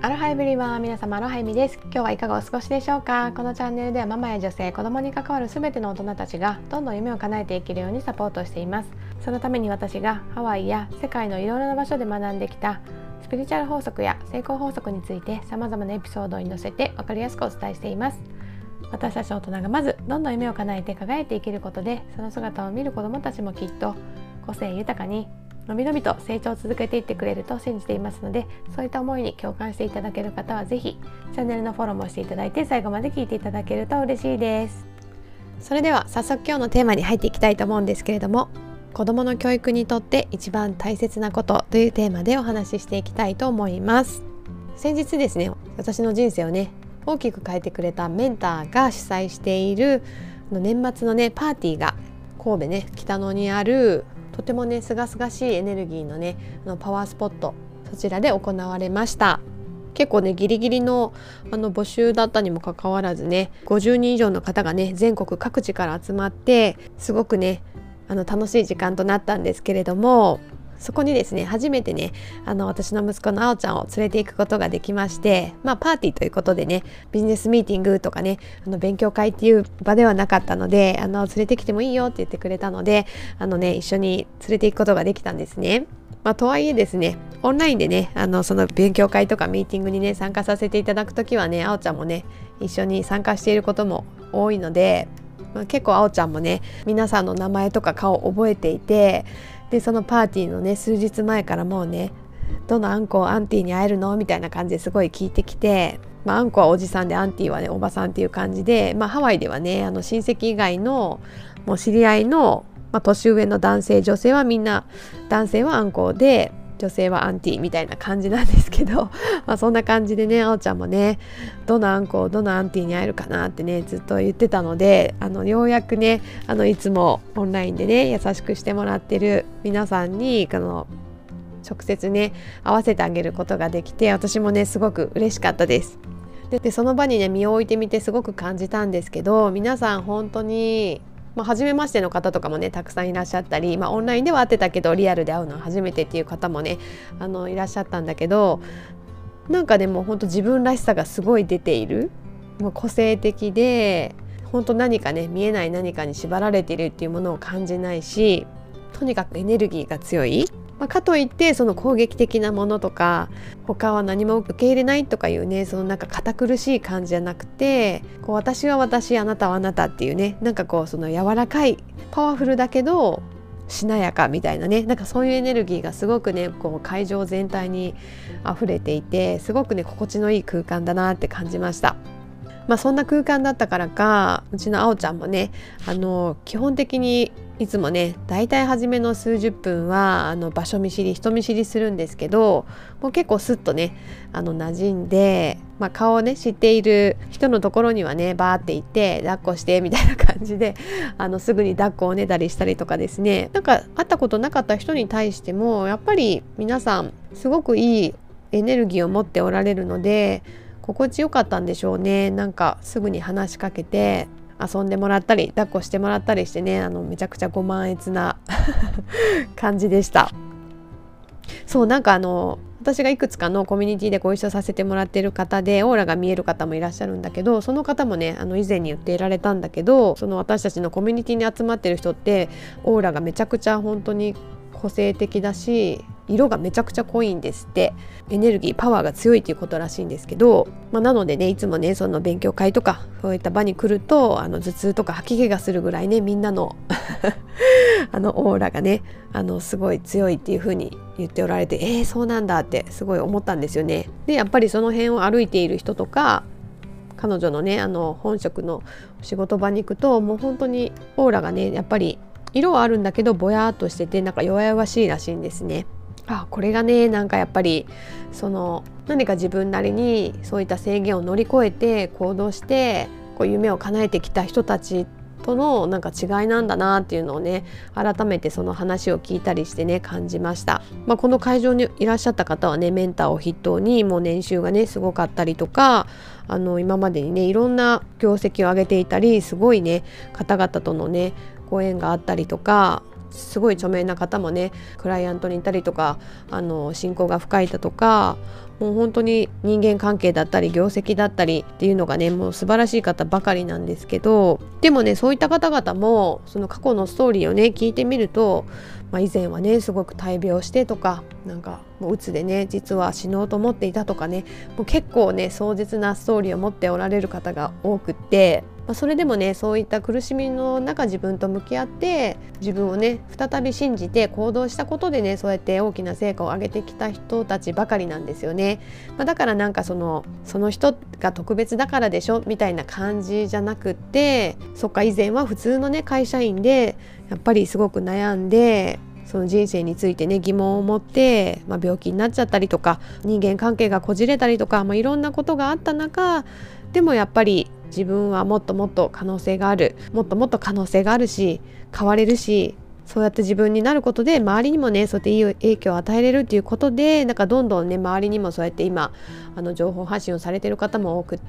アロハエブリワン、皆様アロハエミです。今日はいかがお過ごしでしょうか。このチャンネルではママや女性、子供に関わる全ての大人たちがどんどん夢を叶えていけるようにサポートしています。そのために私がハワイや世界のいろいろな場所で学んできたスピリチュアル法則や成功法則について様々なエピソードに載せて分かりやすくお伝えしています。私たち大人がまずどんどん夢を叶えて輝いていけることで、その姿を見る子供たちもきっと個性豊かにのびのびと成長を続けていってくれると信じていますので、そういった思いに共感していただける方はぜひチャンネルのフォローもしていただいて、最後まで聞いていただけると嬉しいです。それでは早速今日のテーマに入っていきたいと思うんですけれども、子どもの教育にとって一番大切なことというテーマでお話ししていきたいと思います。先日ですね、私の人生をね大きく変えてくれたメンターが主催している年末のねパーティーが神戸ね北野にあるとてもねすがすがしいエネルギーのねパワースポット、そちらで行われました。結構ねギリギリの募集だったにもかかわらずね、50人以上の方がね全国各地から集まって、すごくね楽しい時間となったんですけれども、そこにですね初めてね私の息子のあおちゃんを連れて行くことができまして、パーティーということでね、ビジネスミーティングとかね勉強会っていう場ではなかったので、連れてきてもいいよって言ってくれたので一緒に連れて行くことができたんですね。とはいえですね、オンラインでねその勉強会とかミーティングにね参加させていただくときはね、あおちゃんもね一緒に参加していることも多いので、結構あおちゃんもね皆さんの名前とか顔を覚えていて、でそのパーティーのね数日前からもうね、どのアンコアンティーに会えるのみたいな感じですごい聞いてきて、アンコはおじさんでアンティーはねおばさんっていう感じで、ハワイではね親戚以外のもう知り合いの、年上の男性女性はみんな、男性はアンコで女性はアンティみたいな感じなんですけどそんな感じでね、あおちゃんもねどのアンコどのアンティに会えるかなってねずっと言ってたので、ようやくねいつもオンラインでね優しくしてもらってる皆さんに直接ね会わせてあげることができて、私もねすごく嬉しかったです。でその場にね身を置いてみてすごく感じたんですけど、皆さん本当に初めましての方とかもねたくさんいらっしゃったり、オンラインでは会ってたけどリアルで会うのは初めてっていう方もねいらっしゃったんだけど、なんかでも本当自分らしさがすごい出ている、もう個性的で、本当何かね見えない何かに縛られているっていうものを感じないし、とにかくエネルギーが強い、かといってその攻撃的なものとか他は何も受け入れないとかいうね、そのなんか堅苦しい感じじゃなくて、私は私、あなたはあなたっていうね、なんかその柔らかいパワフルだけどしなやかみたいなね、なんかそういうエネルギーがすごくね会場全体に溢れていて、すごくね心地のいい空間だなって感じました。そんな空間だったからか、うちのあおちゃんもね基本的にいつもねだいたい初めの数十分は場所見知り人見知りするんですけど、もう結構スッとね馴染んで、顔をね知っている人のところにはねバーって行って抱っこしてみたいな感じですぐに抱っこをねだりしたりとかですね、なんか会ったことなかった人に対してもやっぱり皆さんすごくいいエネルギーを持っておられるので、心地よかったんでしょうね。なんかすぐに話しかけて遊んでもらったり抱っこしてもらったりしてね、めちゃくちゃご満悦な感じでした。そう、なんか私がいくつかのコミュニティでご一緒させてもらっている方でオーラが見える方もいらっしゃるんだけど、その方もね以前に言っていられたんだけど、その私たちのコミュニティに集まってる人ってオーラがめちゃくちゃ本当に個性的だし、色がめちゃくちゃ濃いんですって。エネルギーパワーが強いっていうことらしいんですけど、なのでねいつもねその勉強会とかそういった場に来ると頭痛とか吐き気がするぐらいね、みんなのオーラがねすごい強いっていう風に言っておられて、そうなんだってすごい思ったんですよね。でやっぱりその辺を歩いている人とか、彼女のね本職の仕事場に行くと、もう本当にオーラがねやっぱり色はあるんだけどぼやーっとしてて、なんか弱々しいらしいんですね。これがねなんかやっぱり何か自分なりにそういった制限を乗り越えて行動して夢を叶えてきた人たちとのなんか違いなんだなっていうのをね改めてその話を聞いたりしてね感じました。この会場にいらっしゃった方はねメンターを筆頭にもう年収がねすごかったりとか、今までにねいろんな業績を上げていたり、すごいね方々とのねご縁があったりとか、 すごい著名な方もねクライアントにいたりとか親交が深いだとか、もう本当に人間関係だったり業績だったりっていうのがねもう素晴らしい方ばかりなんですけど、でもねそういった方々もその過去のストーリーをね聞いてみると、以前はねすごく大病してとか、なんかもううつでね実は死のうと思っていたとかね、もう結構ね壮絶なストーリーを持っておられる方が多くって、それでもねそういった苦しみの中自分と向き合って自分をね再び信じて行動したことでね、そうやって大きな成果を上げてきた人たちばかりなんですよね。だからなんかその人が特別だからでしょみたいな感じじゃなくって、そっか以前は普通のね会社員でやっぱりすごく悩んで、その人生についてね疑問を持って、病気になっちゃったりとか人間関係がこじれたりとか、いろんなことがあった中でもやっぱり自分はもっともっと可能性がある、もっともっと可能性があるし変われるし、そうやって自分になることで周りにもねそうやっていい影響を与えれるっていうことで、なんかどんどんね周りにもそうやって今情報発信をされてる方も多くって、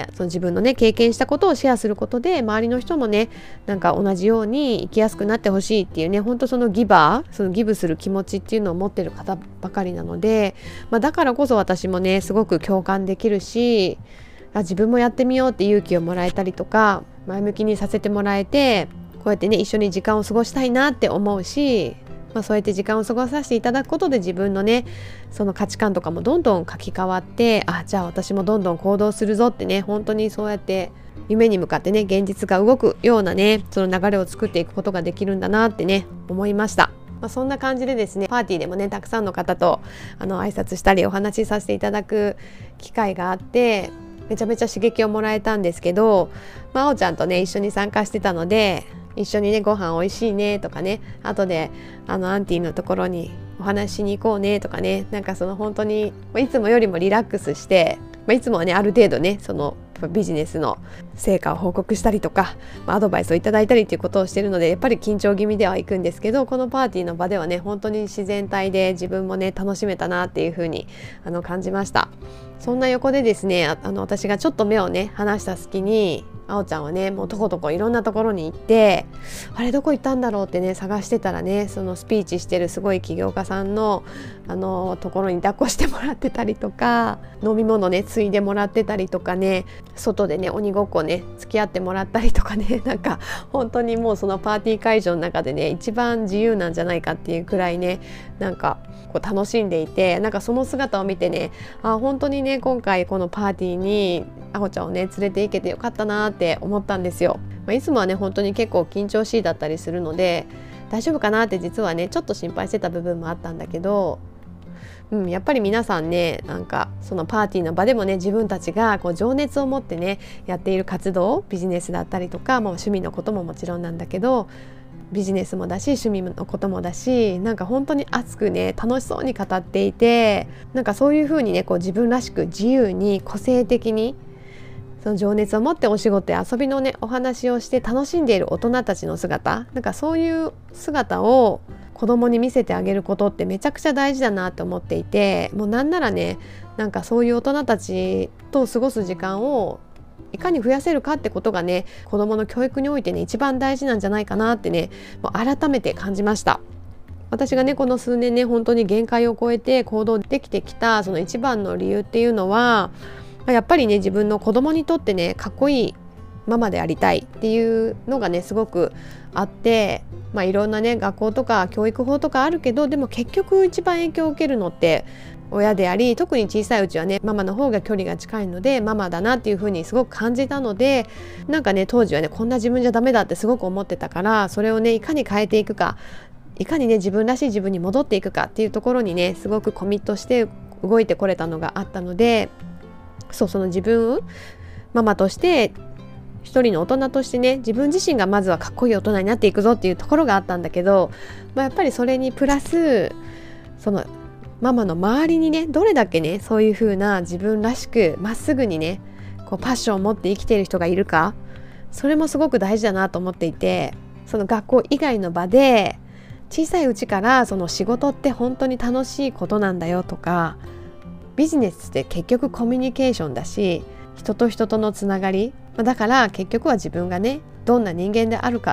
その自分のね経験したことをシェアすることで周りの人もねなんか同じように生きやすくなってほしいっていうね、本当そのギブする気持ちっていうのを持ってる方ばかりなので、だからこそ私もねすごく共感できるし、自分もやってみようって勇気をもらえたりとか前向きにさせてもらえて、こうやってね一緒に時間を過ごしたいなって思うし、そうやって時間を過ごさせていただくことで自分のねその価値観とかもどんどん書き換わって、じゃあ私もどんどん行動するぞってね、本当にそうやって夢に向かってね現実が動くようなねその流れを作っていくことができるんだなってね思いました。そんな感じでですね、パーティーでもねたくさんの方と挨拶したりお話しさせていただく機会があって、めちゃめちゃ刺激をもらえたんですけど、あおちゃんとね一緒に参加してたので、一緒にねご飯おいしいねとかね、後でアンティのところにお話しに行こうねとかね、なんかその本当にいつもよりもリラックスして、いつもはねある程度ねそのビジネスの成果を報告したりとか、アドバイスをいただいたりっていうことをしているので、やっぱり緊張気味ではいくんですけど、このパーティーの場ではね本当に自然体で自分もね楽しめたなっていう風に感じました。そんな横でですね、私がちょっと目をね離した隙にあおちゃんはねもうとことこいろんなところに行って、あれどこ行ったんだろうってね探してたらね、そのスピーチしてるすごい起業家さんのところに抱っこしてもらってたりとか、飲み物ねついでもらってたりとかね、外でね鬼ごっこね付き合ってもらったりとかね、なんか本当にもうそのパーティー会場の中でね一番自由なんじゃないかっていうくらいね、なんかこう楽しんでいて、なんかその姿を見てね、本当にね今回このパーティーにあほちゃんをね連れて行けてよかったなって思ったんですよ。いつもはね本当に結構緊張しいだったりするので大丈夫かなって実はねちょっと心配してた部分もあったんだけど、やっぱり皆さんねなんかそのパーティーの場でもね自分たちがこう情熱を持ってねやっている活動、ビジネスだったりとか、趣味のことももちろんなんだけど、ビジネスもだし趣味のこともだし、なんか本当に熱くね楽しそうに語っていて、なんかそういう風にねこう自分らしく自由に個性的にその情熱を持ってお仕事や遊びのねお話をして楽しんでいる大人たちの姿、なんかそういう姿を子供に見せてあげることってめちゃくちゃ大事だなと思っていて、もうなんならねなんかそういう大人たちと過ごす時間をいかに増やせるかってことがね子どもの教育においてね一番大事なんじゃないかなってねもう改めて感じました。私がねこの数年ね本当に限界を超えて行動できてきたその一番の理由っていうのは、やっぱりね自分の子供にとってねかっこいいママでありたいっていうのがねすごくあって、いろんなね学校とか教育法とかあるけど、でも結局一番影響を受けるのって親であり、特に小さいうちはねママの方が距離が近いのでママだなっていう風にすごく感じたので、なんかね当時はねこんな自分じゃダメだってすごく思ってたから、それをねいかに変えていくか、いかにね自分らしい自分に戻っていくかっていうところにねすごくコミットして動いてこれたのがあったので、その自分ママとして一人の大人としてね自分自身がまずはかっこいい大人になっていくぞっていうところがあったんだけど、やっぱりそれにプラスそのママの周りにねどれだけねそういう風な自分らしくまっすぐにねこうパッションを持って生きている人がいるか、それもすごく大事だなと思っていて、その学校以外の場で小さいうちからその仕事って本当に楽しいことなんだよとか、ビジネスって結局コミュニケーションだし人と人とのつながり、だから結局は自分がねどんな人間であるかっ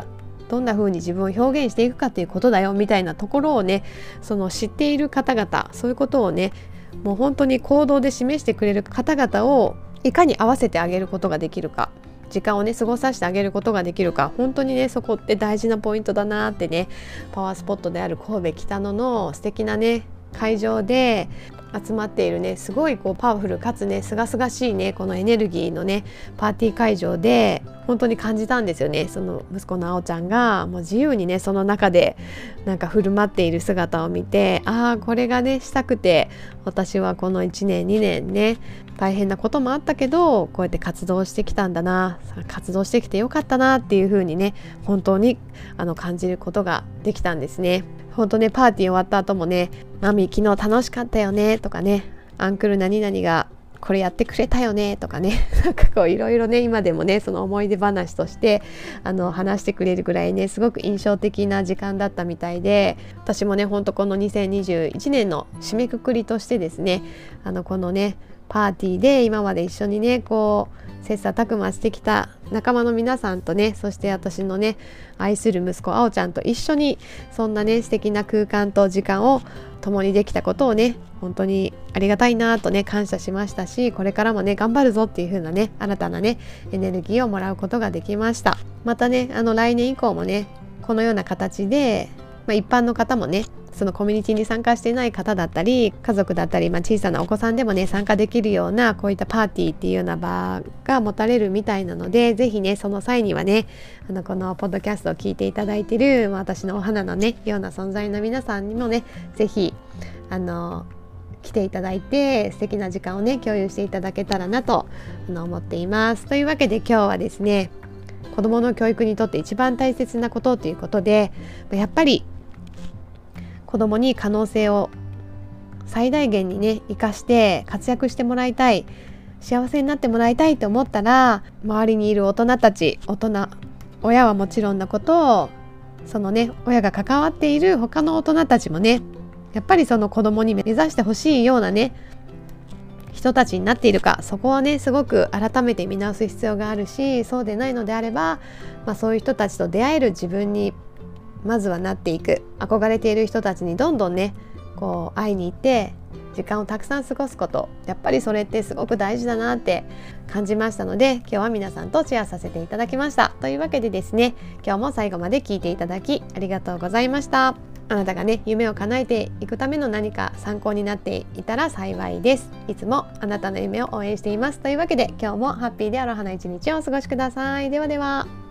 どんな風に自分を表現していくかっていうことだよみたいなところをね、その知っている方々、そういうことをねもう本当に行動で示してくれる方々をいかに合わせてあげることができるか、時間をね過ごさせてあげることができるか、本当にねそこって大事なポイントだなってね、パワースポットである神戸北野の素敵なね会場で集まっているね、すごいこうパワフルかつねすがすがしいねこのエネルギーのねパーティー会場で本当に感じたんですよね。その息子のあおちゃんがもう自由にねその中でなんか振る舞っている姿を見て、ああこれがねしたくて、私はこの1年2年ね大変なこともあったけどこうやって活動してきたんだな、活動してきてよかったなっていう風にね本当に感じることができたんですね。本当ねパーティー終わった後もね、マミ昨日楽しかったよねとかね、アンクル何々がこれやってくれたよねとかね、なんかこういろいろね今でもねその思い出話として話してくれるぐらいねすごく印象的な時間だったみたいで、私もね本当この2021年の締めくくりとしてですね、このねパーティーで今まで一緒にねこう切磋琢磨してきた仲間の皆さんとね、そして私のね愛する息子あおちゃんと一緒にそんなね素敵な空間と時間を共にできたことをね本当にありがたいなとね感謝しましたし、これからもね頑張るぞっていう風なね新たなねエネルギーをもらうことができました。またね来年以降もねこのような形で、一般の方もねそのコミュニティに参加していない方だったり家族だったり、小さなお子さんでもね参加できるようなこういったパーティーっていうような場が持たれるみたいなので、ぜひねその際にはねこのポッドキャストを聞いていただいている、私のお花のねような存在の皆さんにもねぜひ来ていただいて素敵な時間をね共有していただけたらなと思っています。というわけで今日はですね、子どもの教育にとって一番大切なことということで、やっぱり子どもに可能性を最大限にね生かして活躍してもらいたい、幸せになってもらいたいと思ったら、周りにいる大人たち、親はもちろんのこと、そのね親が関わっている他の大人たちもねやっぱりその子どもに目指してほしいようなね人たちになっているか、そこはねすごく改めて見直す必要があるし、そうでないのであれば、そういう人たちと出会える自分にまずはなっていく、憧れている人たちにどんどんねこう会いに行って時間をたくさん過ごすこと、やっぱりそれってすごく大事だなって感じましたので、今日は皆さんとシェアさせていただきました。というわけでですね、今日も最後まで聞いていただきありがとうございました。あなたがね夢を叶えていくための何か参考になっていたら幸いです。いつもあなたの夢を応援しています。というわけで今日もハッピーでアロハな一日をお過ごしください。ではでは。